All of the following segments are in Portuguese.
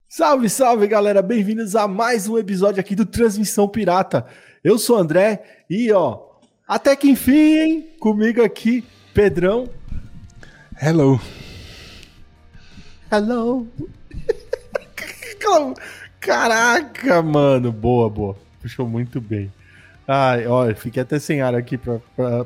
Salve, salve, galera! Bem-vindos a mais um episódio aqui do Transmissão Pirata. Eu sou o André e, até que enfim, hein? Comigo aqui, Pedrão. Hello. Hello. Caraca, mano. Boa. Puxou muito bem. Ai, olha, fiquei até sem ar aqui pra...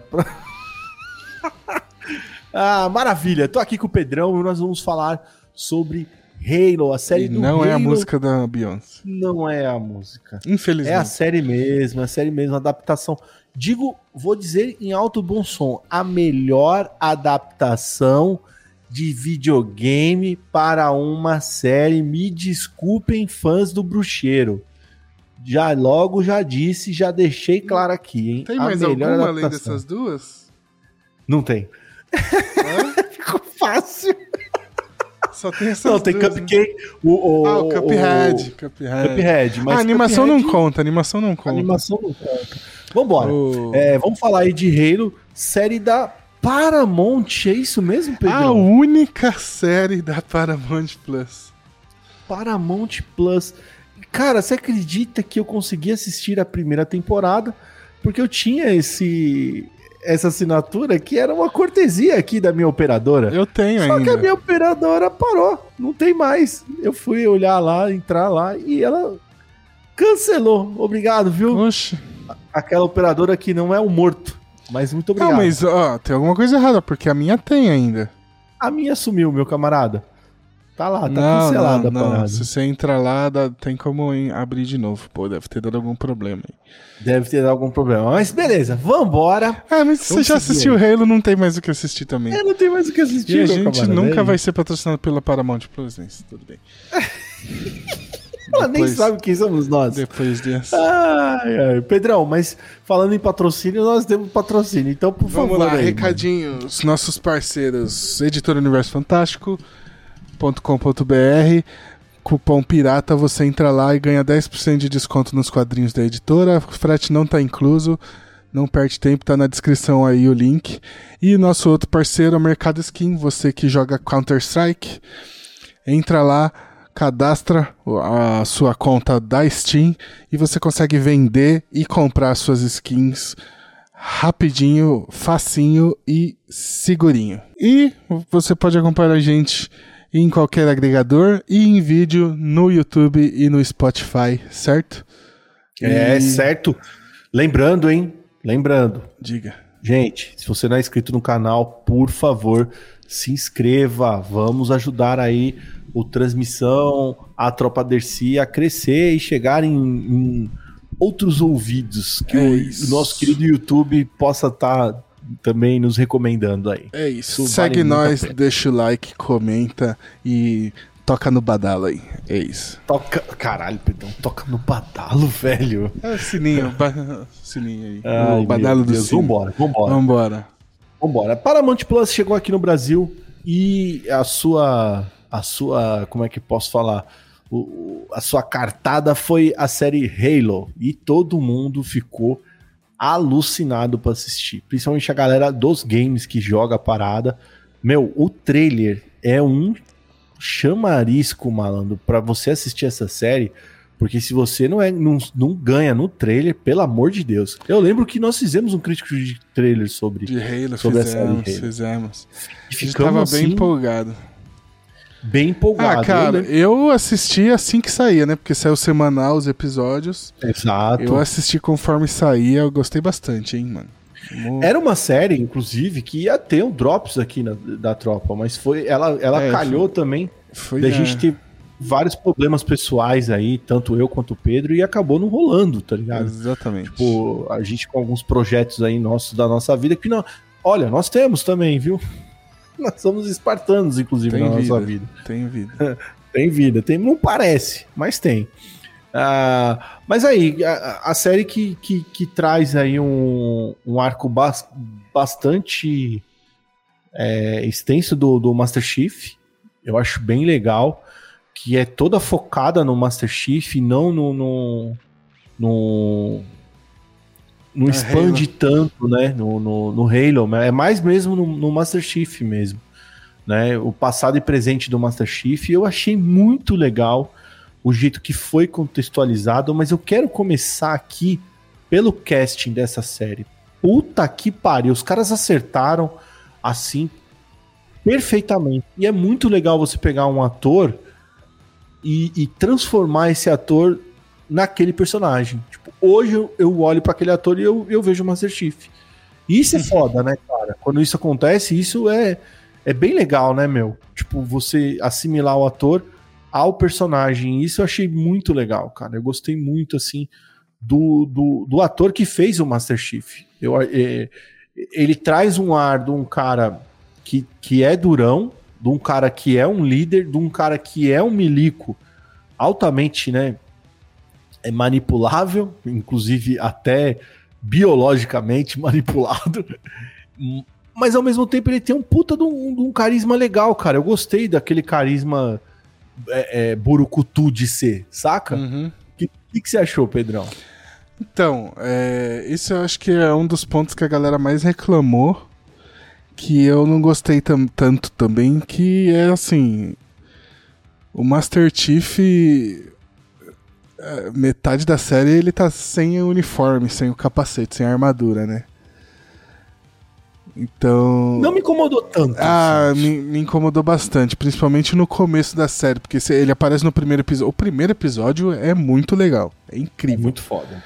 Ah, maravilha. Tô aqui com o Pedrão e nós vamos falar sobre Halo, a série do Halo. Não é a música da Beyoncé. Não é a música. Infelizmente. É a série mesmo, a adaptação. Vou dizer em alto bom som, a melhor adaptação de videogame para uma série. Me desculpem, fãs do bruxeiro. Já disse, já deixei claro aqui, hein? Tem mais alguma além dessas duas? Não tem. Ficou fácil. Só tem essas duas. Não, tem duas, Cupcake. Né? O Cuphead. Mas a animação Cuphead, não conta, animação não conta. Vambora. Vamos falar aí de Halo, série da Paramount, é isso mesmo, Pedro? A única série da Paramount Plus. Paramount Plus. Cara, você acredita que eu consegui assistir a primeira temporada porque eu tinha essa assinatura que era uma cortesia aqui da minha operadora? Eu tenho ainda. Só que a minha operadora parou, não tem mais. Eu fui olhar lá, entrar lá e ela cancelou. Obrigado, viu? Oxe. Aquela operadora que não é o morto, mas muito obrigado. Não, mas tem alguma coisa errada, porque a minha tem ainda. A minha sumiu, meu camarada. Tá lá, cancelada a parada. Se você entrar lá, tem como abrir de novo. Pô, deve ter dado algum problema aí. Deve ter dado algum problema. Mas beleza, vambora. Mas se você já assistiu Halo, não tem mais o que assistir também. Não tem mais o que assistir, e a gente nunca vai ser patrocinado pela Paramount Plus, mas tudo bem. Ela nem sabe quem somos nós. Depois disso. Pedrão, mas falando em patrocínio, nós temos patrocínio. Então, por favor. Vamos lá, aí, recadinhos. Mano. Nossos parceiros, Editora Universo Fantástico, .com.br, cupom pirata, você entra lá e ganha 10% de desconto nos quadrinhos da editora, o frete não tá incluso, não perde tempo, tá na descrição aí o link. E nosso outro parceiro é o Mercado Skin, você que joga Counter-Strike, entra lá, cadastra a sua conta da Steam e você consegue vender e comprar suas skins rapidinho, facinho e segurinho. E você pode acompanhar a gente em qualquer agregador e em vídeo no YouTube e no Spotify, certo? Certo. Lembrando, Diga. Gente, se você não é inscrito no canal, por favor, se inscreva. Vamos ajudar aí o Transmissão, a Tropa Dercy a crescer e chegar em outros ouvidos. Que o nosso querido YouTube possa estar também nos recomendando aí. É isso. Segue nós, deixa o like, comenta e toca no badalo aí. É isso. Caralho, perdão. Toca no badalo, velho. É o sininho. Sininho aí. Ai, o badalo do sino. Vambora. Paramount Plus chegou aqui no Brasil e a sua como é que posso falar? A sua cartada foi a série Halo e todo mundo ficou alucinado pra assistir, principalmente a galera dos games que joga a parada. Meu, o trailer é um chamarisco, malandro, pra você assistir essa série, porque se você não ganha no trailer, pelo amor de Deus. Eu lembro que nós fizemos um crítico de trailer sobre Halo, sobre a série Halo. Fizemos. E a gente tava bem empolgado. Bem empolgado. Cara, eu assisti assim que saía, né? Porque saiu semanal os episódios. Exato. Eu assisti conforme saía, eu gostei bastante, hein, mano. Era uma série, inclusive, que ia ter um Drops aqui da tropa, mas ela calhou também. A gente teve vários problemas pessoais aí, tanto eu quanto o Pedro, e acabou não rolando, tá ligado? Exatamente. Tipo, a gente com alguns projetos aí da nossa vida que não. Olha, nós temos também, viu? Nós somos espartanos, inclusive, na nossa vida. Tem vida. Tem vida. Não parece, mas tem. Mas aí, a série que traz aí um arco bastante extenso do Master Chief, eu acho bem legal, que é toda focada no Master Chief, não não expande tanto, né, no Halo, é mais mesmo no Master Chief mesmo, né, o passado e presente do Master Chief eu achei muito legal, o jeito que foi contextualizado, mas eu quero começar aqui pelo casting dessa série. Puta que pariu, os caras acertaram assim perfeitamente. E é muito legal você pegar um ator e transformar esse ator naquele personagem. Tipo, hoje eu olho para aquele ator e eu vejo o Master Chief. Isso é foda, né, cara? Quando isso acontece, isso é bem legal, né, meu? Tipo, você assimilar o ator ao personagem. Isso eu achei muito legal, cara. Eu gostei muito, assim, do ator que fez o Master Chief. Ele traz um ar de um cara que é durão, de um cara que é um líder, de um cara que é um milico altamente, né, manipulável, inclusive até biologicamente manipulado, mas ao mesmo tempo ele tem um puta de um carisma legal, cara. Eu gostei daquele carisma burucutu de ser, saca? Uhum. O que você achou, Pedrão? Então, esse eu acho que é um dos pontos que a galera mais reclamou, que eu não gostei tanto também, que é assim, o Master Chief, metade da série ele tá sem o uniforme, sem o capacete, sem a armadura, né? Então... Não me incomodou tanto. Me incomodou bastante, principalmente no começo da série, porque ele aparece no primeiro episódio. O primeiro episódio é muito legal, é incrível. É muito foda.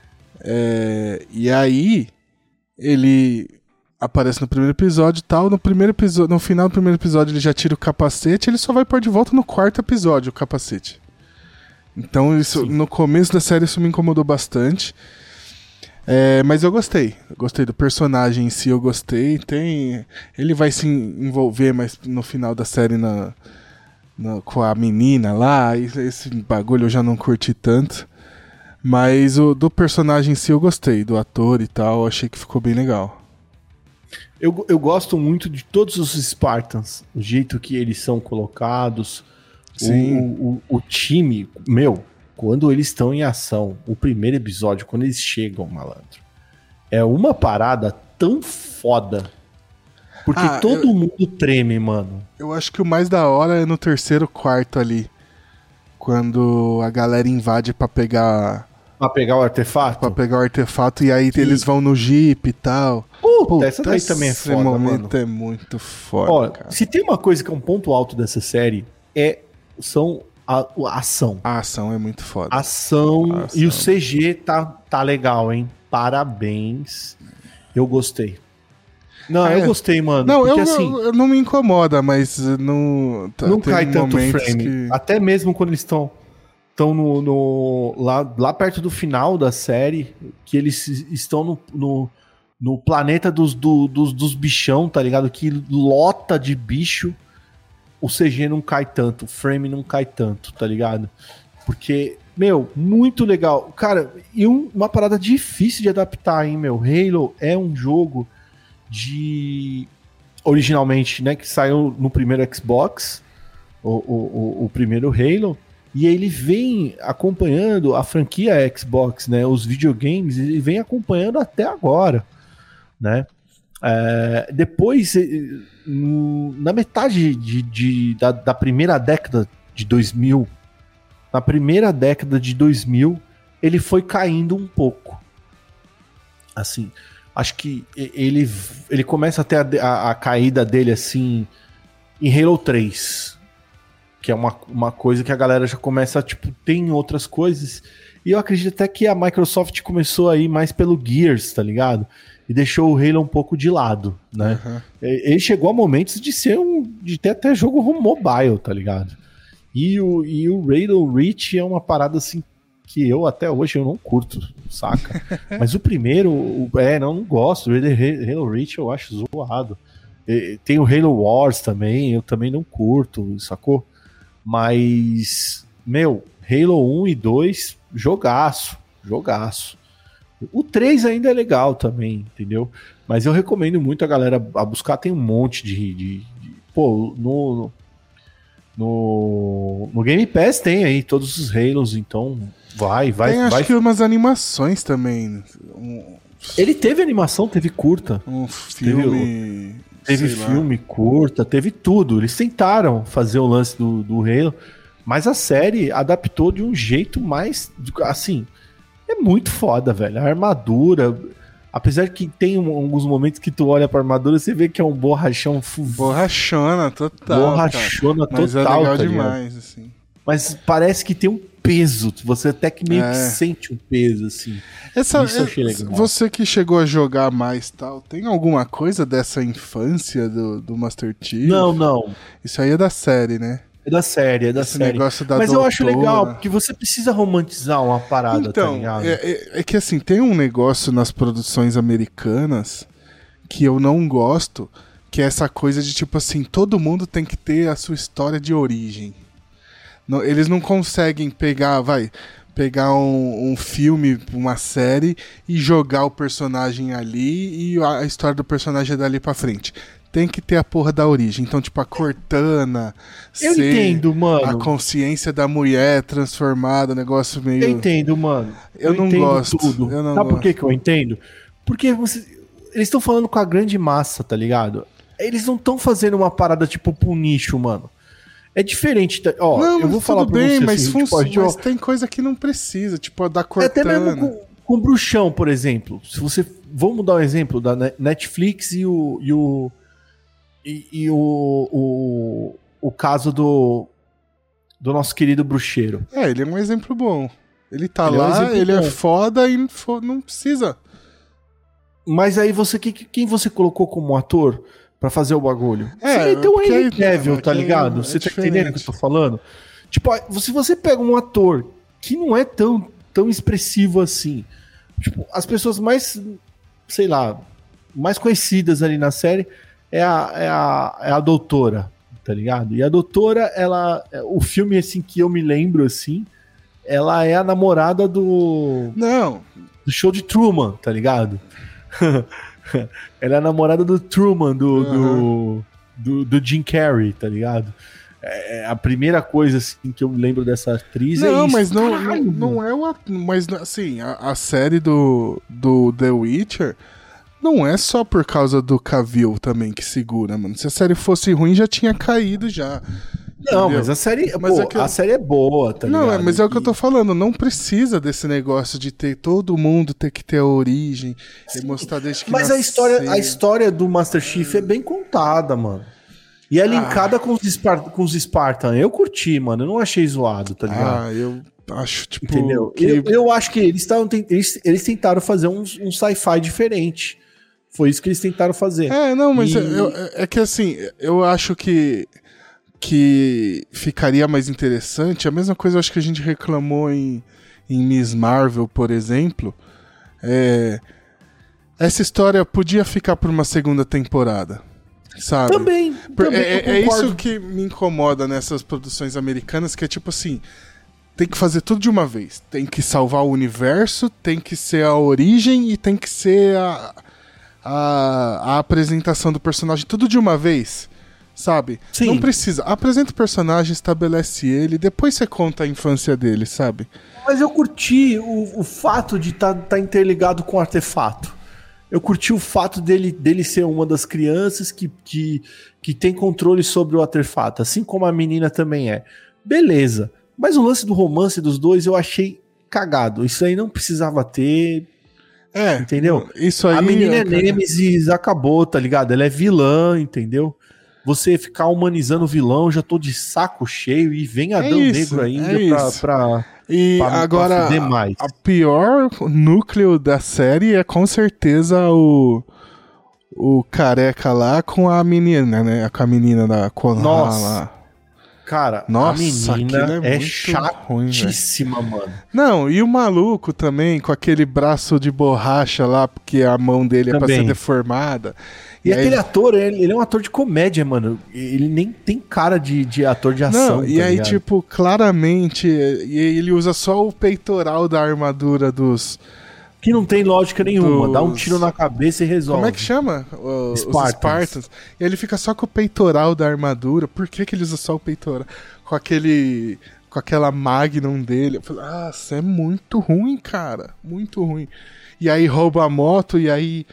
E aí, ele aparece no primeiro episódio e tal. No final do primeiro episódio ele já tira o capacete, ele só vai pôr de volta no quarto episódio o capacete. Então isso, no começo da série isso me incomodou bastante. Mas eu gostei do personagem em si, eu gostei. Ele vai se envolver mais no final da série com a menina lá. Esse bagulho eu já não curti tanto. Mas do personagem em si eu gostei, do ator e tal, achei que ficou bem legal. Eu gosto muito de todos os Spartans, o jeito que eles são colocados. Sim. O time, meu, quando eles estão em ação, o primeiro episódio, quando eles chegam, malandro, é uma parada tão foda. Porque todo mundo treme, mano. Eu acho que o mais da hora é no terceiro quarto ali. Quando a galera invade pra pegar... Pra pegar o artefato? Pra pegar o artefato e aí eles vão no Jeep e tal. Puta, essa daí também é foda, mano. Esse momento é muito foda, cara. Se tem uma coisa que é um ponto alto dessa série, são a ação. A ação é muito foda. Ação. E o CG tá legal, hein? Parabéns. Eu gostei. Não, eu gostei, mano. Não, porque, eu não me incomoda, mas não cai tanto frame. Até mesmo quando eles estão lá perto do final da série, que eles estão no planeta dos bichão, tá ligado? Que lota de bicho. O CG não cai tanto, o frame não cai tanto, tá ligado? Porque, meu, muito legal. Cara, e uma parada difícil de adaptar, hein, meu? Halo é um jogo originalmente, né, que saiu no primeiro Xbox, o primeiro Halo, e ele vem acompanhando a franquia Xbox, né, os videogames, ele vem acompanhando até agora, né? Depois, na metade da primeira década de 2000, na primeira década de 2000, ele foi caindo um pouco. Assim, acho que ele começa a ter a caída dele assim em Halo 3, que é uma coisa que a galera já começa, tipo, tem outras coisas, e eu acredito até que a Microsoft começou a ir mais pelo Gears, tá ligado? E deixou o Halo um pouco de lado, né? Uhum. Ele chegou a momentos de ter até jogo mobile, tá ligado? E o Halo Reach é uma parada assim que eu até hoje eu não curto, saca? Mas o primeiro, não gosto. O Halo Reach eu acho zoado. Tem o Halo Wars também, eu também não curto, sacou? Mas, meu, Halo 1 e 2, jogaço. O 3 ainda é legal também, entendeu? Mas eu recomendo muito a galera a buscar, tem um monte pô, no Game Pass tem aí todos os Halos, então vai. Acho que umas animações também. Ele teve animação, teve curta. Um filme... Teve filme, curta, teve tudo. Eles tentaram fazer o lance do Halo, Mas a série adaptou de um jeito mais, assim, é muito foda, velho. A armadura, apesar que tem alguns momentos que tu olha pra armadura, você vê que é um borrachão. Borrachona total. Borrachona cara. Mas total. É legal demais, assim. Mas parece que tem um peso. Você até que meio que sente um peso, assim. Isso eu achei legal. Você que chegou a jogar mais tal, tem alguma coisa dessa infância do Master Chief? Não. Isso aí é da série, né? É da série. Esse negócio da Mas doutora. Eu acho legal, porque você precisa romantizar uma parada, então, tá ligado? É que assim, tem um negócio nas produções americanas que eu não gosto, que é essa coisa de tipo assim, todo mundo tem que ter a sua história de origem. Não, eles não conseguem pegar um filme, uma série e jogar o personagem ali e a história do personagem é dali pra frente. Tem que ter a porra da origem. Então, tipo, a Cortana eu entendo, mano. A consciência da mulher transformada, negócio meio... Eu entendo, mano. Eu não gosto. Tudo. Sabe por que eu entendo? Porque eles estão falando com a grande massa, tá ligado? Eles não estão fazendo uma parada tipo pro nicho, mano. É diferente. Ó, não, eu vou falar pra bem, você mas assim, mas tem coisa que não precisa, tipo a da Cortana. Até mesmo com o Bruxão, por exemplo. Se você... Vamos dar um exemplo da Netflix e o caso do nosso querido bruxeiro. Ele é um exemplo bom. Ele tá lá, ele é foda e não precisa. Mas aí quem você colocou como ator pra fazer o bagulho? Você tem o Henry Cavill, tá ligado? Você tá entendendo o que eu tô falando? Tipo, se você pega um ator que não é tão expressivo assim, tipo, as pessoas mais, sei lá, mais conhecidas ali na série é a doutora, tá ligado? E a doutora, o filme assim que eu me lembro assim, ela é a namorada do show de Truman, tá ligado? Ela é a namorada do Truman, do Jim Carrey, tá ligado? A primeira coisa assim que eu me lembro dessa atriz é isso. Mas não é o... Mas assim, a série do The Witcher não é só por causa do Cavill também que segura, mano. Se a série fosse ruim, já tinha caído já. Não, entendeu? Mas a série, a série é boa, tá ligado? Não, mas é o que eu tô falando, não precisa desse negócio de ter todo mundo ter que ter a origem e mostrar desde que Mas nascer. a história do Master Chief é bem contada, mano. E é linkada com os Spartan. Eu curti, mano. Eu não achei zoado, tá ligado? Eu acho, tipo... Entendeu? Eu acho que eles tentaram fazer um sci-fi diferente. Foi isso que eles tentaram fazer. Mas é que assim, eu acho que ficaria mais interessante. A mesma coisa eu acho que a gente reclamou em Miss Marvel, por exemplo. Essa história podia ficar por uma segunda temporada, sabe? Também é isso que me incomoda nessas produções americanas, que é tipo assim, tem que fazer tudo de uma vez. Tem que salvar o universo, tem que ser a origem e tem que ser a apresentação do personagem, tudo de uma vez. Sabe? Sim. Não precisa. Apresenta o personagem, estabelece ele, depois você conta a infância dele, sabe? Mas eu curti o fato de tá interligado com o artefato. Eu curti o fato dele ser uma das crianças que tem controle sobre o artefato, assim como a menina também é. Beleza. Mas o lance do romance dos dois eu achei cagado. Isso aí não precisava ter. Entendeu? Isso aí, a menina é Nemesis, acabou, tá ligado? Ela é vilã, entendeu? Você ficar humanizando o vilão, já tô de saco cheio e vem Adão Negro ainda pra agora, a pior núcleo da série é com certeza o careca lá com a menina, né? Com a menina da Konoha lá. Cara, nossa, a menina é chatíssima, ruim, mano. Não, e o maluco também, com aquele braço de borracha lá, porque a mão dele é pra ser deformada. E aquele ator, ele é um ator de comédia, mano. Ele nem tem cara de ator de ação. Não, e aí, ligado? Tipo, claramente, ele usa só o peitoral da armadura dos... Que não tem lógica nenhuma. Dá um tiro na cabeça e resolve. Como é que chama? Os Spartans. E ele fica só com o peitoral da armadura. Por que ele usa só o peitoral? Com aquela Magnum dele. Eu falei, é muito ruim, cara. Muito ruim. E aí rouba a moto, e aí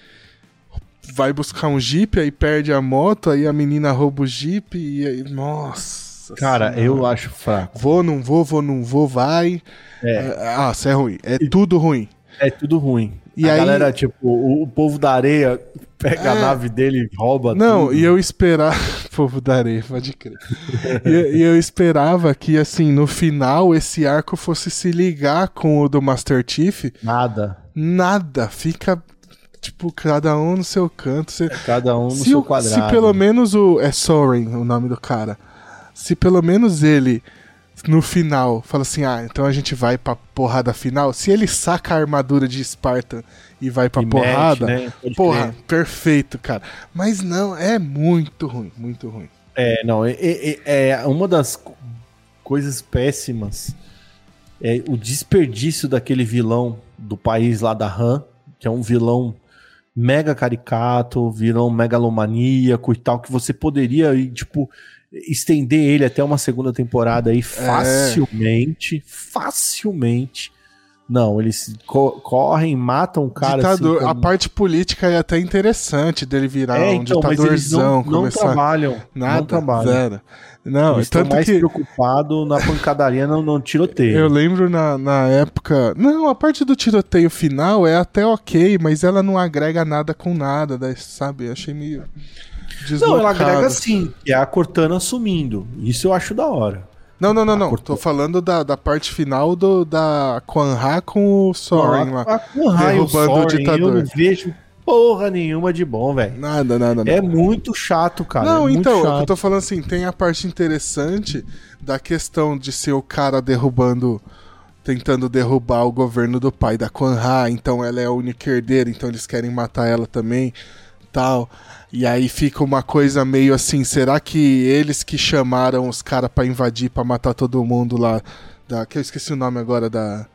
vai buscar um Jeep, aí perde a moto, aí a menina rouba o Jeep, e aí... Nossa, Nossa Cara, senhora. eu acho fraco. Vou, não vou, vai. Isso é ruim. É tudo ruim. É tudo ruim. E a aí... galera, tipo, o povo da areia pega a nave dele e rouba tudo. E eu esperava... povo da areia, pode crer. e eu esperava que, assim, no final, esse arco fosse se ligar com o do Master Chief. Nada. Fica... Tipo, cada um no seu canto. Cada um no seu quadrado. Se pelo menos é Soren o nome do cara. Se pelo menos ele, no final, fala assim, então a gente vai pra porrada final. Se ele saca a armadura de Spartan e vai pra porrada, mete, né? Porra, perfeito, cara. Mas não, é muito ruim, muito ruim. Não, é uma das coisas péssimas é o desperdício daquele vilão do país lá da Han, que é um vilão mega caricato, vilão megalomaníaco e tal, que você poderia, tipo, estender ele até uma segunda temporada aí facilmente. Não, eles correm, matam o cara. Ditador, assim, como... A parte política é até interessante dele virar um ditadorzão. Mas eles não trabalham. Nada, não trabalham. Zero. Não, eles estão mais preocupados na pancadaria, no tiroteio. Eu lembro na época... Não, a parte do tiroteio final é até ok, mas ela não agrega nada com nada, sabe? Eu achei meio deslocado. Não, ela agrega sim, que é a Cortana sumindo. Isso eu acho da hora. Não. Tô falando da parte final da Quan Ha com o Soren lá. A Quan Ha e o Soren, eu não vejo porra nenhuma de bom, velho. Nada. É muito chato, cara. Não, então, chato. eu tô falando assim, tem a parte interessante da questão de ser o cara tentando derrubar o governo do pai da Quan Ha, então ela é a única herdeira, então eles querem matar ela também, tal. E aí fica uma coisa meio assim, será que eles que chamaram os caras pra invadir, pra matar todo mundo lá, que eu esqueci o nome agora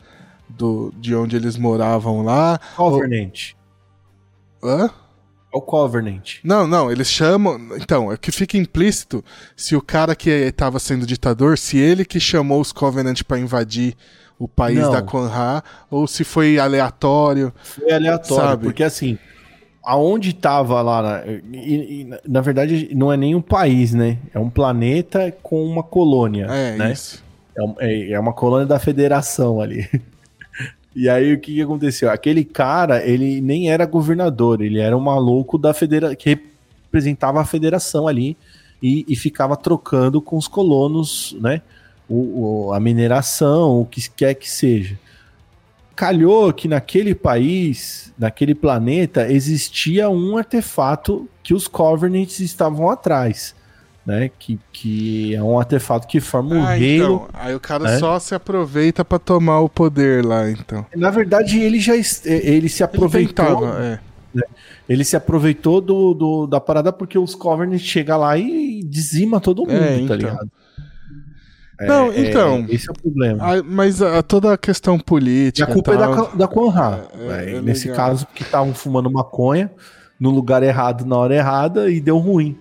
de onde eles moravam lá? Covenant. Hã? É o Covenant. Não, eles chamam... Então, é que fica implícito se o cara que estava sendo ditador, se ele que chamou os Covenant pra invadir o país da Quan Ha, ou se foi aleatório. Foi aleatório, sabe? Porque assim... Aonde tava lá, na verdade não é nem um país, né? É um planeta com uma colônia, né? Isso. É uma colônia da federação ali. E aí o que aconteceu? Aquele cara, ele nem era governador, ele era um maluco da federação, que representava a federação ali e ficava trocando com os colonos, né? A mineração, o que quer que seja. Calhou que naquele país, naquele planeta, existia um artefato que os Covenants estavam atrás, né? Que é um artefato que forma um reino. Então, aí o cara só se aproveita pra tomar o poder lá, então. Na verdade, ele se aproveitou. Ele se aproveitou da parada porque os Covenants chegam lá e dizima todo mundo, tá ligado? Esse é o problema. Mas toda a questão política. E a culpa é da Quan Ha. Nesse caso, porque estavam fumando maconha no lugar errado, na hora errada, e deu ruim.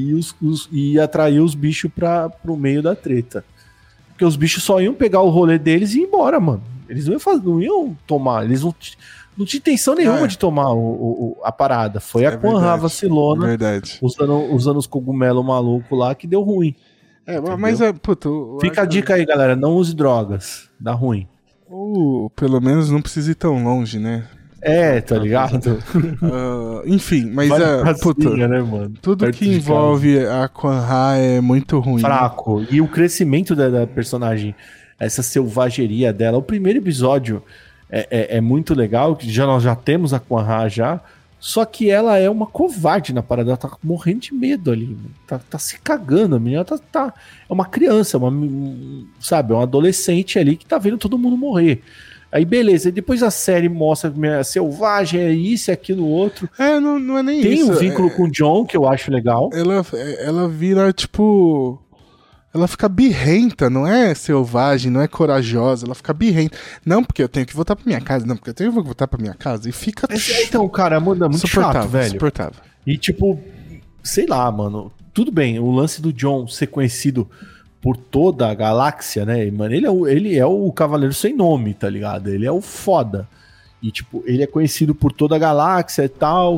E atraiu os bichos pro meio da treta. Porque os bichos só iam pegar o rolê deles e ir embora, mano. Eles não iam tomar. Eles não tinham intenção nenhuma de tomar a parada. Foi a Quan Ha vacilona, usando os cogumelos malucos lá, que deu ruim. Mas puta, fica a dica aí, galera, não use drogas, dá ruim. Ou pelo menos não precisa ir tão longe, né? Tá ligado? Enfim, mas puta, né, mano? Tudo que envolve a Quan Ha é muito ruim. Fraco. E o crescimento da personagem, essa selvageria dela, o primeiro episódio é muito legal, nós já temos a Quan Ha já. Só que ela é uma covarde na parada, ela tá morrendo de medo ali, tá se cagando, a menina é uma criança, sabe, é um adolescente ali que tá vendo todo mundo morrer. Aí beleza, e depois a série mostra que é selvagem, é isso, é aquilo, outro. Não é nem Tem isso. Tem um vínculo com o John, que eu acho legal. Ela vira, tipo... Ela fica birrenta, não é selvagem, não é corajosa, ela fica birrenta. Não, porque eu tenho que voltar pra minha casa, não, porque eu tenho que voltar pra minha casa. E fica... Então, cara, é muito chato, velho. Insuportável. E tipo, sei lá, mano, tudo bem, o lance do John ser conhecido por toda a galáxia, né, mano, ele é o Cavaleiro Sem Nome, tá ligado? Ele é o foda. E tipo, ele é conhecido por toda a galáxia e tal...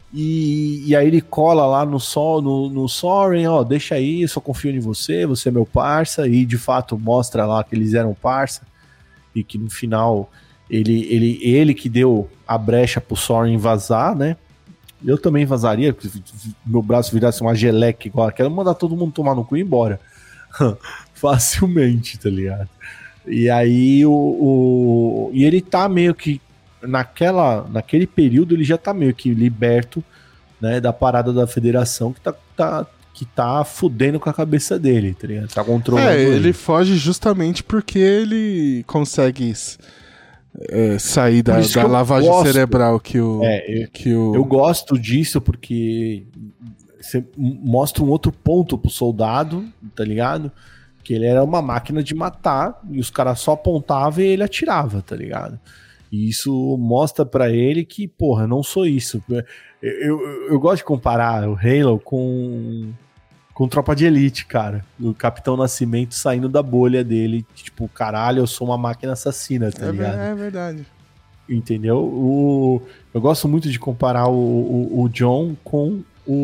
E aí ele cola lá no Soren, ó, deixa aí, eu só confio em você, você é meu parça, e de fato mostra lá que eles eram parça, e que no final ele que deu a brecha pro Soren vazar, né? Eu também vazaria, se meu braço virasse uma geleca igual aquela, mandar todo mundo tomar no cu e ir embora. Facilmente, tá ligado? E aí e ele tá meio que naquele período ele já tá meio que liberto, né, da parada da federação que tá fudendo com a cabeça dele, tá ligado? Tá controlando ele foge justamente porque ele consegue sair da lavagem cerebral Eu gosto disso porque você mostra um outro ponto pro soldado, tá ligado? Que ele era uma máquina de matar e os caras só apontavam e ele atirava, tá ligado? E isso mostra pra ele que, porra, eu não sou isso. Eu gosto de comparar o Halo com Tropa de Elite, cara. O Capitão Nascimento saindo da bolha dele, tipo, caralho, eu sou uma máquina assassina, tá ligado? É verdade. Entendeu? Eu gosto muito de comparar o John com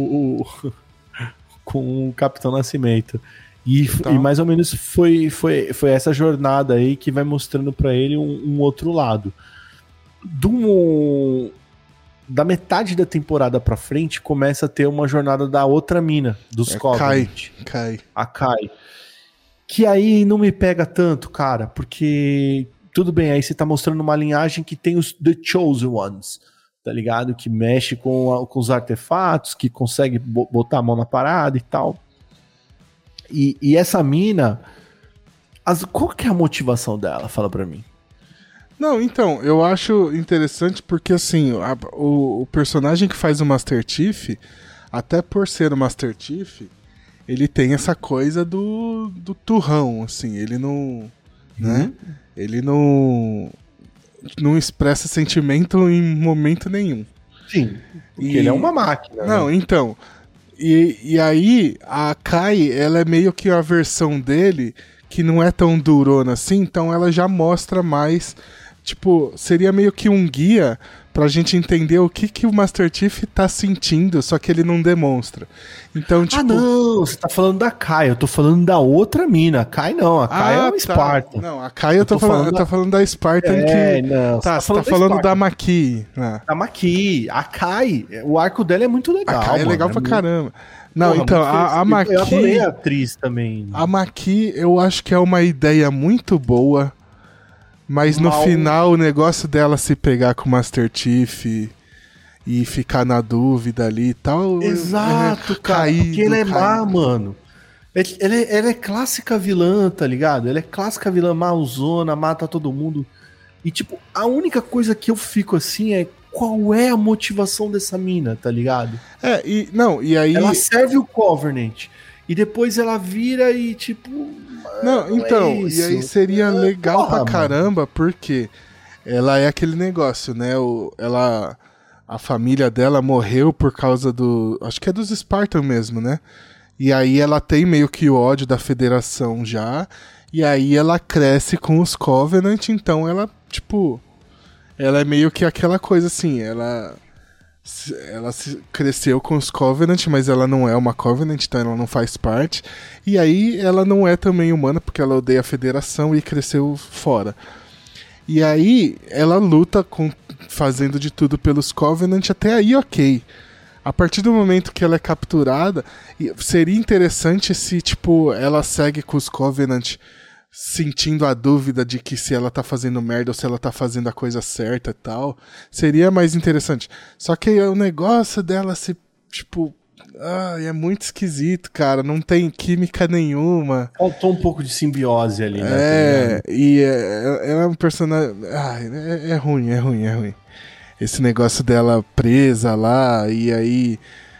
com o Capitão Nascimento. E mais ou menos foi essa jornada aí que vai mostrando pra ele um outro lado. Da metade da temporada pra frente, começa a ter uma jornada da outra mina, dos Covenant. A Kai. Que aí não me pega tanto, cara, porque tudo bem, aí você tá mostrando uma linhagem que tem os The Chosen Ones, tá ligado? Que mexe com os artefatos, que consegue botar a mão na parada e tal. E essa mina, qual que é a motivação dela? Fala pra mim. Não, então, eu acho interessante porque, assim, o personagem que faz o Master Chief, até por ser o Master Chief, ele tem essa coisa do turrão, assim, ele não... né? Ele não expressa sentimento em momento nenhum. Sim, porque ele é uma máquina. Não, né? Então... E aí, a Kai, ela é meio que a versão dele que não é tão durona assim, então ela já mostra mais, tipo, seria meio que um guia pra gente entender o que o Master Chief tá sentindo, só que ele não demonstra. Então, tipo... não, você tá falando da Kai, eu tô falando da outra mina. A Kai não, a Kai é uma Spartan. Não, a Kai eu tô falando da Spartan que... Não, você tá falando da Maki. Né? Da Maki. A Kai, o arco dela é muito legal. A Kai é legal pra caramba. Não, porra, então, a Maki... Eu adorei a atriz também. A Maki, eu acho que é uma ideia muito boa, mas no final o negócio dela se pegar com o Master Chief e ficar na dúvida ali e tal... Exato, cara, porque ela é má, mano. Ela é clássica vilã, tá ligado? Ela é clássica vilã malzona, mata todo mundo. E, tipo, a única coisa que eu fico assim é qual é a motivação dessa mina, tá ligado? E aí... Ela serve o Covenant. E depois ela vira e, tipo... Não, então, e aí seria legal pra caramba, porque ela é aquele negócio, né? A família dela morreu por causa do... Acho que é dos Spartan mesmo, né? E aí ela tem meio que o ódio da Federação já. E aí ela cresce com os Covenant, então ela, tipo... Ela é meio que aquela coisa assim, ela cresceu com os Covenant, mas ela não é uma Covenant, então ela não faz parte. E aí ela não é também humana, porque ela odeia a Federação e cresceu fora. E aí ela luta fazendo de tudo pelos Covenant, até aí ok. A partir do momento que ela é capturada, seria interessante se, tipo, ela segue com os Covenant sentindo a dúvida de que se ela tá fazendo merda ou se ela tá fazendo a coisa certa e tal. Seria mais interessante. Só que o negócio dela se, tipo... é muito esquisito, cara. Não tem química nenhuma. Faltou um pouco de simbiose ali, né? É um personagem... é ruim. Esse negócio dela presa lá, e aí...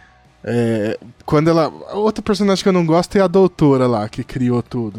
quando ela... Outro personagem que eu não gosto é a doutora lá, que criou tudo.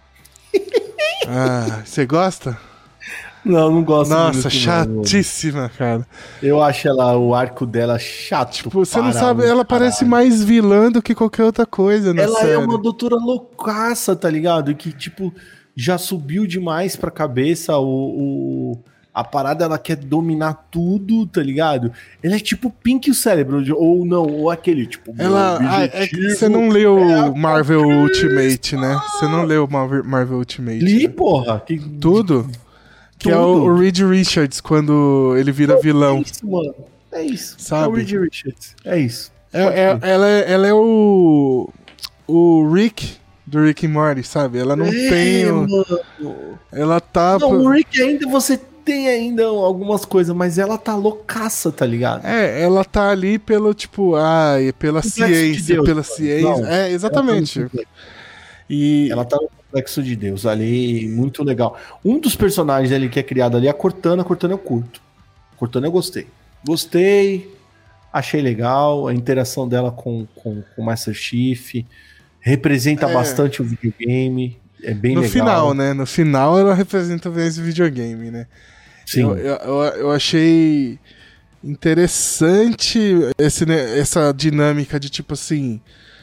Você gosta? Não gosto. Nossa, chatíssima, cara. Eu acho o arco dela chato. Tipo, você não sabe, ela parece mais vilã do que qualquer outra coisa, né? Ela é uma doutora loucaça, tá ligado? Que, tipo, já subiu demais pra cabeça A parada, ela quer dominar tudo, tá ligado? Ele é tipo Pink o cérebro, ou não, ou aquele, tipo... É que você não leu Marvel Ultimate, né? Você não leu Marvel Ultimate. Li, né? porra! Tudo? Que é o Reed Richards, quando ele vira vilão. É isso, mano. É isso. Sabe? É o Reed Richards. É isso. Ela é o Rick do Rick and Morty, sabe? Ela não tem... Mano. Ela tá... Não, o Rick ainda você tem ainda algumas coisas, mas ela tá loucaça, tá ligado? Ela tá ali pelo, tipo, pela ciência, pela ciência. Não, exatamente. Ela tá no complexo de Deus ali, muito legal. Um dos personagens ali que é criado ali é a Cortana. A Cortana eu curto. A Cortana eu gostei. Achei legal. A interação dela com o Master Chief representa bastante o videogame. É bem legal. No final, né? No final ela representa bem esse videogame, né? Sim. Eu achei interessante essa dinâmica de tipo assim.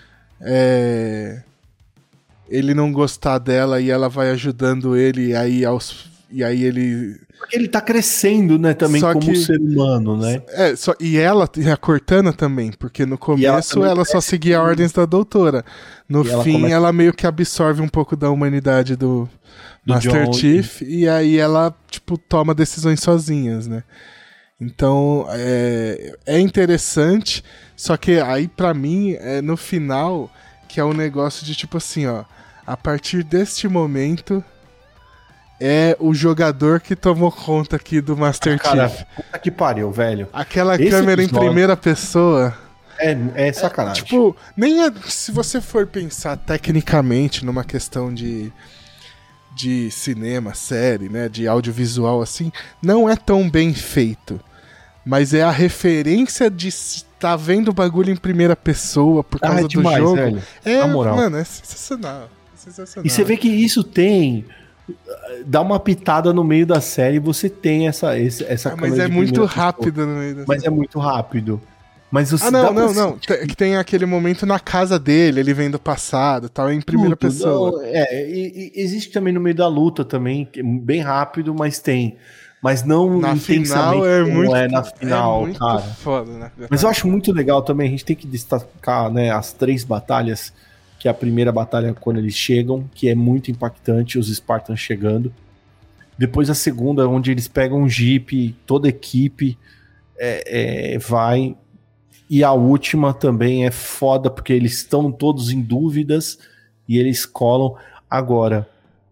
Ele não gostar dela e ela vai ajudando ele, e aí ele... Porque ele tá crescendo, né, também como ser humano, né? E a Cortana também, porque no começo ela só seguia ordens da doutora. No fim, ela meio que absorve um pouco da humanidade do Master Chief, e aí ela, tipo, toma decisões sozinhas, né? Então, é interessante, só que aí, pra mim, no final, que é um negócio de, tipo assim, ó, a partir deste momento... É o jogador que tomou conta aqui do Master Chief. Puta que pariu, velho. Aquela câmera em primeira pessoa. É sacanagem. Tipo, se você for pensar tecnicamente numa questão de cinema, série, né? De audiovisual assim, não é tão bem feito. Mas é a referência de estar vendo o bagulho em primeira pessoa por causa do jogo. Velho. Mano, é sensacional. E você vê que isso dá uma pitada no meio da série e você tem essa mas é muito rápido no meio da série. Mas é muito rápido. Mas você não. Que tem aquele momento na casa dele, ele vem do passado, tal, em primeira pessoa. Não, existe também no meio da luta também, bem rápido, mas tem. Mas não na intensamente na final, muito cara. Foda, né? Mas eu acho muito legal também, a gente tem que destacar, né, as 3 batalhas, que é a primeira batalha quando eles chegam, que é muito impactante, os Spartans chegando. Depois a segunda, onde eles pegam um Jeep, toda a equipe vai. E a última também é foda, porque eles estão todos em dúvidas e eles colam. Agora,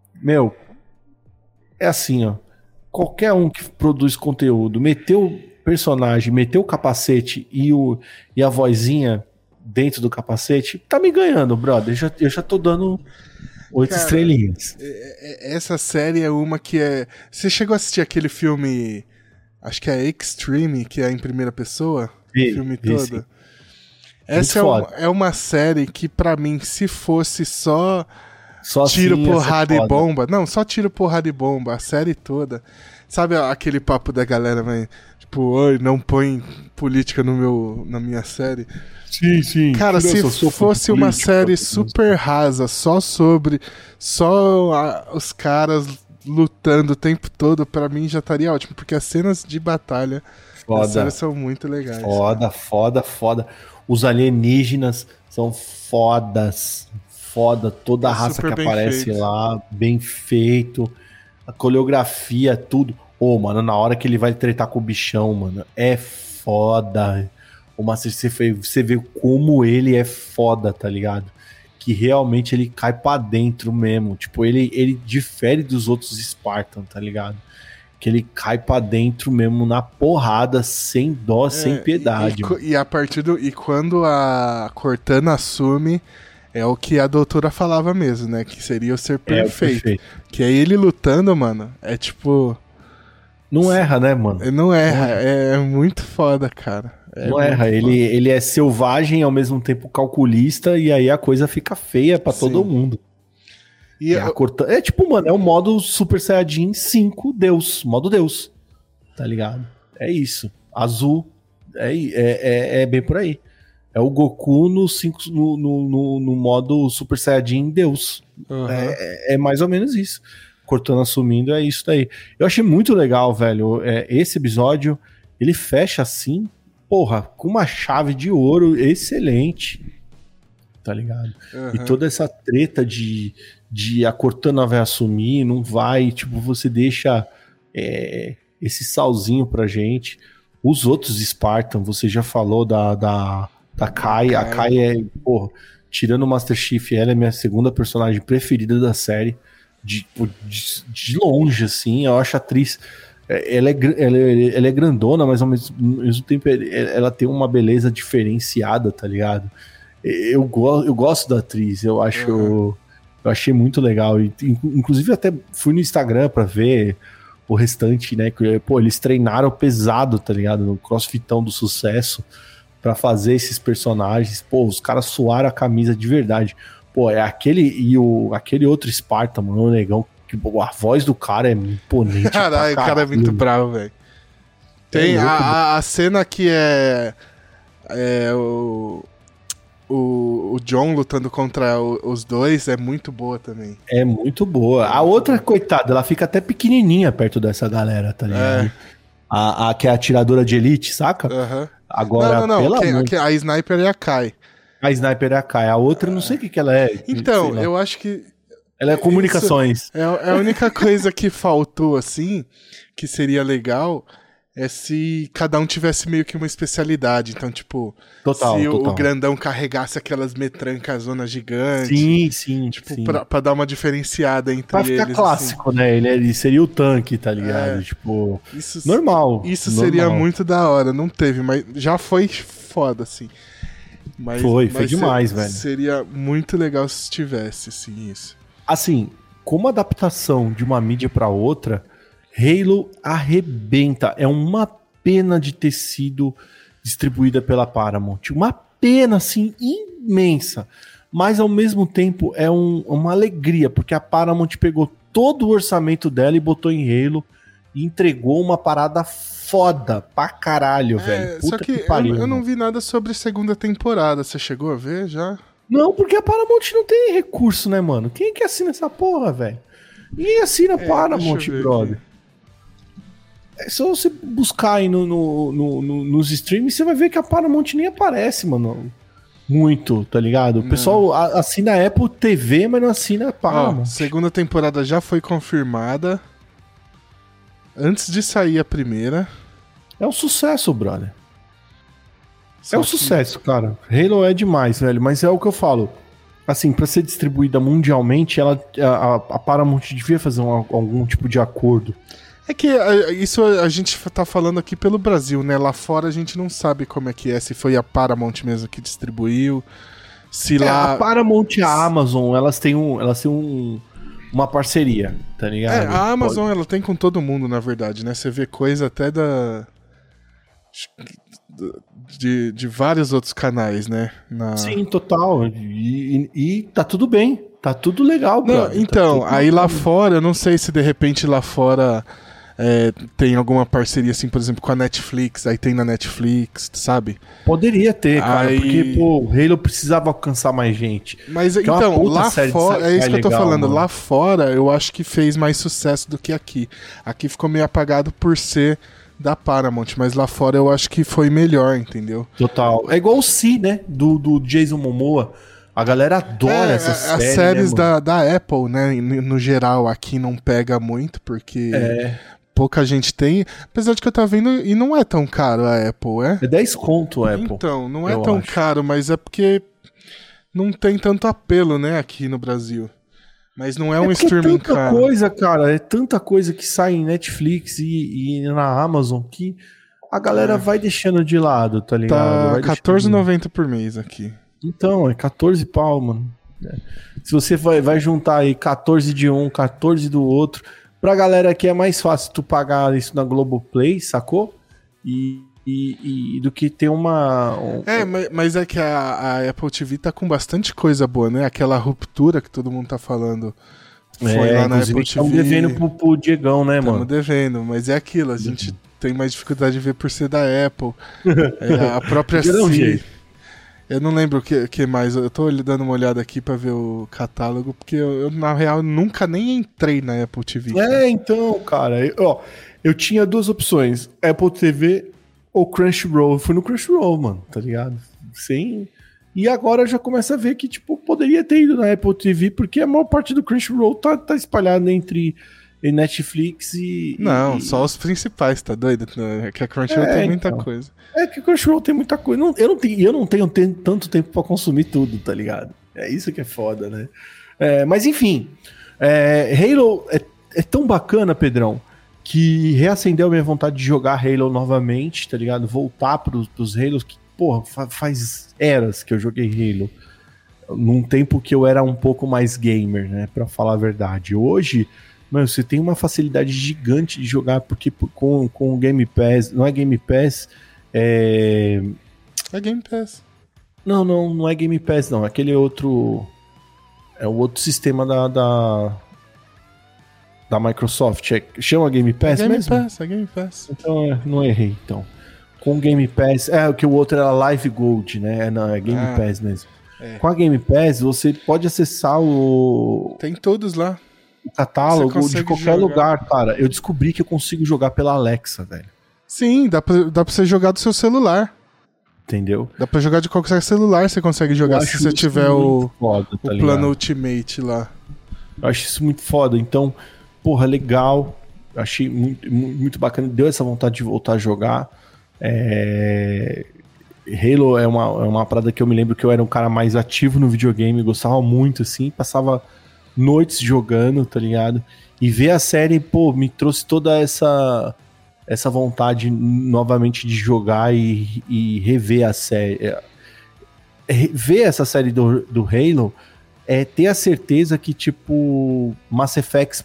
é assim, ó. Qualquer um que produz conteúdo, meteu o personagem, meteu o capacete e a vozinha dentro do capacete, tá me ganhando, brother. Eu já tô dando 8 estrelinhas. Essa série é uma que é... Você chegou a assistir aquele filme, acho que é Extreme, que é em primeira pessoa? O filme todo? Essa é uma série que, pra mim, se fosse só tiro, assim, porrada e bomba... Não, só tiro, porrada e bomba, a série toda. Sabe aquele papo da galera, tipo, oi, não põe política na minha série... Sim. Cara, se fosse uma série super rasa, só os caras lutando o tempo todo, pra mim já estaria ótimo, porque as cenas de batalha da série são muito legais. Foda. Os alienígenas são fodas. Foda, toda a raça que aparece lá, bem feito. A coreografia, tudo. Mano, na hora que ele vai tretar com o bichão, mano, é foda. O Master Chief, você vê como ele é foda, tá ligado? Que realmente ele cai pra dentro mesmo. Tipo, ele difere dos outros Spartan, tá ligado? Que ele cai pra dentro mesmo na porrada, sem dó, sem piedade. E quando a Cortana assume, é o que a doutora falava mesmo, né? Que seria o ser perfeito. Que é ele lutando, mano. É tipo... Não erra, né, mano? Não erra. É muito foda, cara. Não erra, ele é selvagem, ao mesmo tempo calculista, e aí a coisa fica feia pra todo mundo. É tipo, mano, é o modo Super Saiyajin 5 Deus, modo Deus, tá ligado? É isso, azul, é bem por aí. É o Goku no modo Super Saiyajin Deus, é mais ou menos isso. Cortana assumindo, é isso daí. Eu achei muito legal, velho. Esse episódio, ele fecha assim, porra, com uma chave de ouro excelente. Tá ligado? Uhum. E toda essa treta de a Cortana vai assumir, não vai, tipo, você deixa esse salzinho pra gente. Os outros Spartan, você já falou da Kai. A Kai é, porra, tirando o Master Chief, ela é minha segunda personagem preferida da série. De longe, assim, eu acho a atriz. Ela é grandona, mas ao mesmo tempo ela tem uma beleza diferenciada, tá ligado? Eu gosto da atriz, eu achei muito legal. E, inclusive, até fui no Instagram pra ver o restante, né? Pô, eles treinaram pesado, tá ligado? No crossfitão do sucesso pra fazer esses personagens. Pô, os caras suaram a camisa de verdade. Pô, aquele outro Spartan, mano, o negão, que a voz do cara é imponente. Caralho, o cara é muito bravo, velho. Tem a cena que o John lutando contra os dois é muito boa também. É muito boa. A outra, coitada, ela fica até pequenininha perto dessa galera, tá ligado? Que é a atiradora de elite, saca? Uhum. Agora, a Sniper é a Kai. A Sniper é a Kai. A outra, não sei o que ela é. Então, eu acho que... Ela é comunicações. É a única coisa que faltou, assim, que seria legal, é se cada um tivesse meio que uma especialidade. Então, tipo, se o grandão carregasse aquelas metrancas zona gigante. Sim. Tipo, sim. Pra dar uma diferenciada entre eles. Pra ficar clássico, assim, né? Ele seria o tanque, tá ligado? Tipo, normal. Isso seria muito da hora. Não teve, mas já foi foda, assim. Foi demais, velho. Seria muito legal se tivesse, sim, isso. Assim, como adaptação de uma mídia pra outra, Halo arrebenta. É uma pena de ter sido distribuída pela Paramount. Uma pena, assim, imensa. Mas, ao mesmo tempo, é uma alegria, porque a Paramount pegou todo o orçamento dela e botou em Halo e entregou uma parada foda pra caralho, velho. Puta só que pariu, eu não vi nada sobre segunda temporada. Você chegou a ver já? Não, porque a Paramount não tem recurso, né, mano? Quem que assina essa porra, velho? Ninguém assina Paramount, brother. É só você buscar aí nos streams, você vai ver que a Paramount nem aparece, mano. Muito, tá ligado? O pessoal assina a Apple TV, mas não assina a Paramount. Segunda temporada já foi confirmada. Antes de sair a primeira. É um sucesso, brother. Sucesso, cara. Halo é demais, velho. Mas é o que eu falo. Assim, pra ser distribuída mundialmente, a Paramount devia fazer algum tipo de acordo. É que isso a gente tá falando aqui pelo Brasil, né? Lá fora a gente não sabe como é que é. Se foi a Paramount mesmo que distribuiu. Se lá... A Paramount e a Amazon, elas têm uma parceria, tá ligado? A Amazon ela tem com todo mundo, na verdade, né? Você vê coisa até de vários outros canais, né? Sim, total. E tá tudo bem. Tá tudo legal, cara. Então, aí lá fora, eu não sei se de repente lá fora tem alguma parceria, assim, por exemplo, com a Netflix, aí tem na Netflix, sabe? Poderia ter, cara, porque, pô, o Halo precisava alcançar mais gente. Mas então, lá fora, é isso que eu tô falando, mano. Lá fora eu acho que fez mais sucesso do que aqui. Aqui ficou meio apagado por ser da Paramount, mas lá fora eu acho que foi melhor, entendeu? Total. É igual o Si, né, do Jason Momoa. A galera adora essa série, as séries, né, da Apple, né, no geral, aqui não pega muito, porque pouca gente tem. Apesar de que eu tava vendo, e não é tão caro a Apple, É 10 conto a Apple. Então, não é tão caro, mas é porque não tem tanto apelo, né, aqui no Brasil. Mas não é um streaming caro. É tanta coisa, cara, é tanta coisa que sai em Netflix e na Amazon que a galera vai deixando de lado, tá ligado? Tá R$14,90 por mês aqui. Então, é 14 pau, mano. Se você vai juntar aí 14 de um, 14 do outro, pra galera aqui é mais fácil tu pagar isso na Globoplay, sacou? E do que ter mas é que a Apple TV tá com bastante coisa boa, né? Aquela ruptura que todo mundo tá falando. Foi lá na Apple TV. Estamos devendo pro Diegão, né, mano? Estamos devendo, mas é aquilo, a gente tem mais dificuldade de ver por ser da Apple. A própria Eu não lembro o que mais. Eu tô dando uma olhada aqui pra ver o catálogo, porque eu, na real, nunca nem entrei na Apple TV. Cara. Então, cara, eu tinha duas opções: Apple TV ou Crunchyroll. Eu fui no Crunchyroll, mano, tá ligado? Sim. E agora já começa a ver que, tipo, poderia ter ido na Apple TV, porque a maior parte do Crunchyroll tá espalhada entre Netflix e... Não, só os principais, tá doido? É que a Crunchyroll tem muita coisa. É que o Crunchyroll tem muita coisa. Eu não tenho tanto tempo pra consumir tudo, tá ligado? É isso que é foda, né? Mas enfim, Halo é tão bacana, Pedrão, que reacendeu a minha vontade de jogar Halo novamente, tá ligado? Voltar pros Halos que, porra, faz eras que eu joguei Halo. Num tempo que eu era um pouco mais gamer, né? Pra falar a verdade. Hoje, mano, você tem uma facilidade gigante de jogar, porque com o Game Pass... Não é Game Pass, É Game Pass. Não é Game Pass, não. Aquele outro... É o outro sistema da Microsoft. Chama Game Pass mesmo? É Game Pass. Então, não errei, então. Com o Game Pass... que o outro era Live Gold, né? Não, é Game Pass mesmo. Com a Game Pass, você pode acessar o... Tem todos lá. O catálogo de qualquer lugar, cara. Eu descobri que eu consigo jogar pela Alexa, velho. Sim, dá pra você jogar do seu celular. Entendeu? Dá pra jogar de qualquer celular, você consegue jogar se você tiver o plano Ultimate lá. Eu acho isso muito foda. Então, porra, legal. Achei muito, muito bacana. Deu essa vontade de voltar a jogar. Halo é uma parada que eu me lembro que eu era um cara mais ativo no videogame. Gostava muito, assim. Passava noites jogando, tá ligado? E ver a série, pô, me trouxe toda essa vontade novamente de jogar e rever a série. Ver essa série do Halo é ter a certeza que, tipo, Mass Effect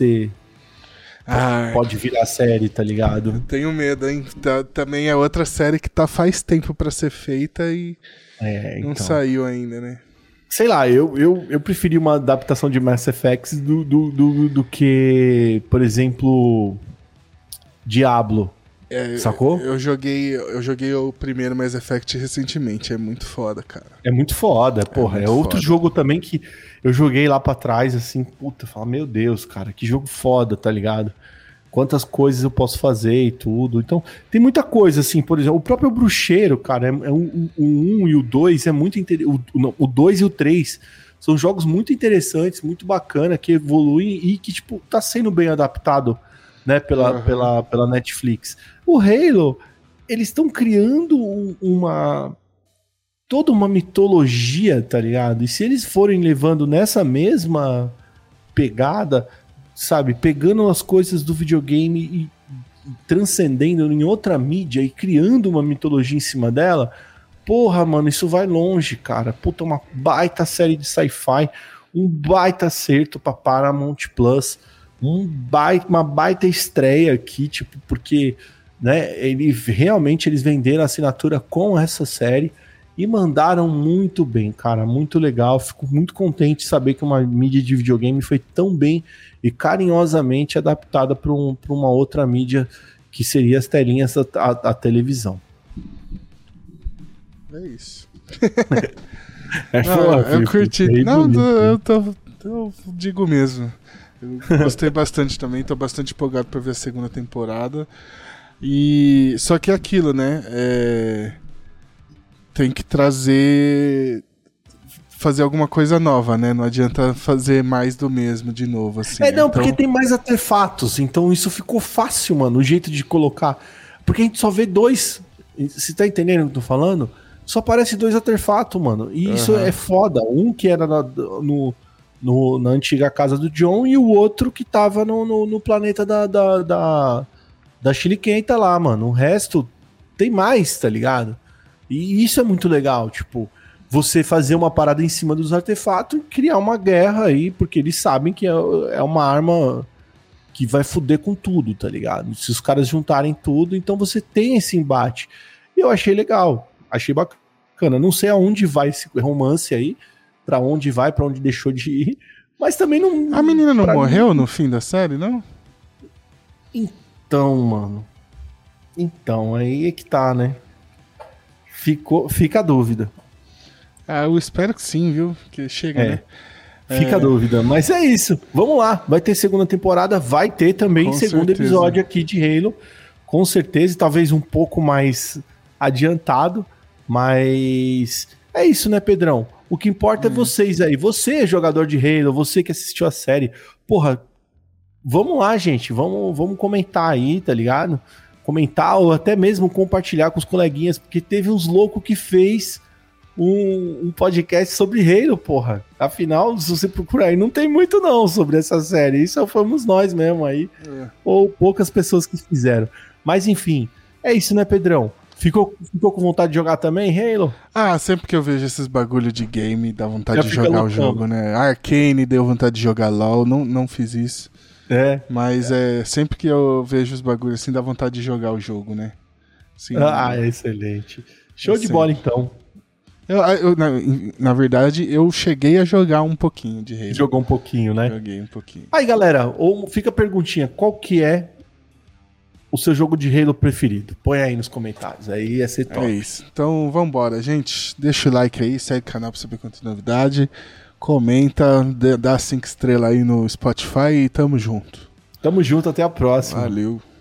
pode virar série, tá ligado? Eu tenho medo, hein? Também é outra série que tá faz tempo pra ser feita e não saiu ainda, né? Sei lá, eu preferi uma adaptação de Mass Effect do que, por exemplo, Diablo. Sacou? Eu joguei o primeiro Mass Effect recentemente. É muito foda, cara. É muito foda, porra. É outro jogo também que eu joguei lá pra trás, assim, puta, fala, meu Deus, cara, que jogo foda, tá ligado? Quantas coisas eu posso fazer e tudo. Então, tem muita coisa, assim, por exemplo, o próprio Bruxeiro, cara, o 1 e o 2 é muito interessante. O 2 e o 3 são jogos muito interessantes, muito bacana, que evoluem e que, tipo, tá sendo bem adaptado, né, pela Netflix. O Halo, eles estão criando toda uma mitologia, tá ligado? E se eles forem levando nessa mesma pegada, sabe, pegando as coisas do videogame e transcendendo em outra mídia e criando uma mitologia em cima dela, porra, mano, isso vai longe, cara. Puta, uma baita série de sci-fi, um baita acerto pra Paramount Plus, uma baita estreia aqui, tipo, porque, né, realmente eles venderam a assinatura com essa série e mandaram muito bem, cara, muito legal. Fico muito contente de saber que uma mídia de videogame foi tão bem e carinhosamente adaptada para uma outra mídia que seria as telinhas da televisão. É isso. Eu curti. Eu digo mesmo. Eu gostei bastante também, tô bastante empolgado para ver a segunda temporada. E só que é aquilo, né? Tem que fazer alguma coisa nova, né? Não adianta fazer mais do mesmo de novo, assim. Porque tem mais artefatos, então isso ficou fácil, mano, o jeito de colocar. Porque a gente só vê 2. Você tá entendendo o que eu tô falando? Só aparece 2 artefatos, mano. E isso é foda. Um que era na antiga casa do John e o outro que tava no planeta da Shiliquenta lá, mano. O resto tem mais, tá ligado? E isso é muito legal, tipo, você fazer uma parada em cima dos artefatos e criar uma guerra aí, porque eles sabem que é uma arma que vai foder com tudo, tá ligado? Se os caras juntarem tudo, então você tem esse embate. E eu achei legal, achei bacana. Não sei aonde vai esse romance aí, pra onde deixou de ir, mas também não... A menina não morreu no fim da série, não? Então, mano. Então, aí é que tá, né? Fica a dúvida. Eu espero que sim, viu? Que chega, né? Fica a dúvida. Mas é isso. Vamos lá. Vai ter segunda temporada. Vai ter também Com segundo certeza. episódio aqui de Halo. Com certeza. E talvez um pouco mais adiantado. Mas é isso, né, Pedrão? O que importa é vocês aí. Você, jogador de Halo. Você que assistiu a série. Porra, vamos lá, gente. Vamos comentar aí, tá ligado? Comentar ou até mesmo compartilhar com os coleguinhas. Porque teve uns loucos que fez um podcast sobre Halo, porra. Afinal, se você procurar aí, não tem muito não sobre essa série. Isso fomos nós mesmo aí. Ou poucas pessoas que fizeram. Mas enfim, é isso, né, Pedrão? Ficou com vontade de jogar também, Halo? Sempre que eu vejo esses bagulho de game, dá vontade de jogar o jogo, né? Arcane deu vontade de jogar LoL, não fiz isso. Mas sempre que eu vejo os bagulhos assim, dá vontade de jogar o jogo, né? Sim, excelente. Show de bola, então. Na verdade, eu cheguei a jogar um pouquinho de Halo. Jogou um pouquinho, né? Joguei um pouquinho. Aí, galera, fica a perguntinha, qual que é o seu jogo de Halo preferido? Põe aí nos comentários, aí ia ser top. É isso. Então, vambora, gente. Deixa o like aí, segue o canal pra saber quanta novidade. Comenta, dá 5 estrelas aí no Spotify e tamo junto. Tamo junto, até a próxima. Valeu.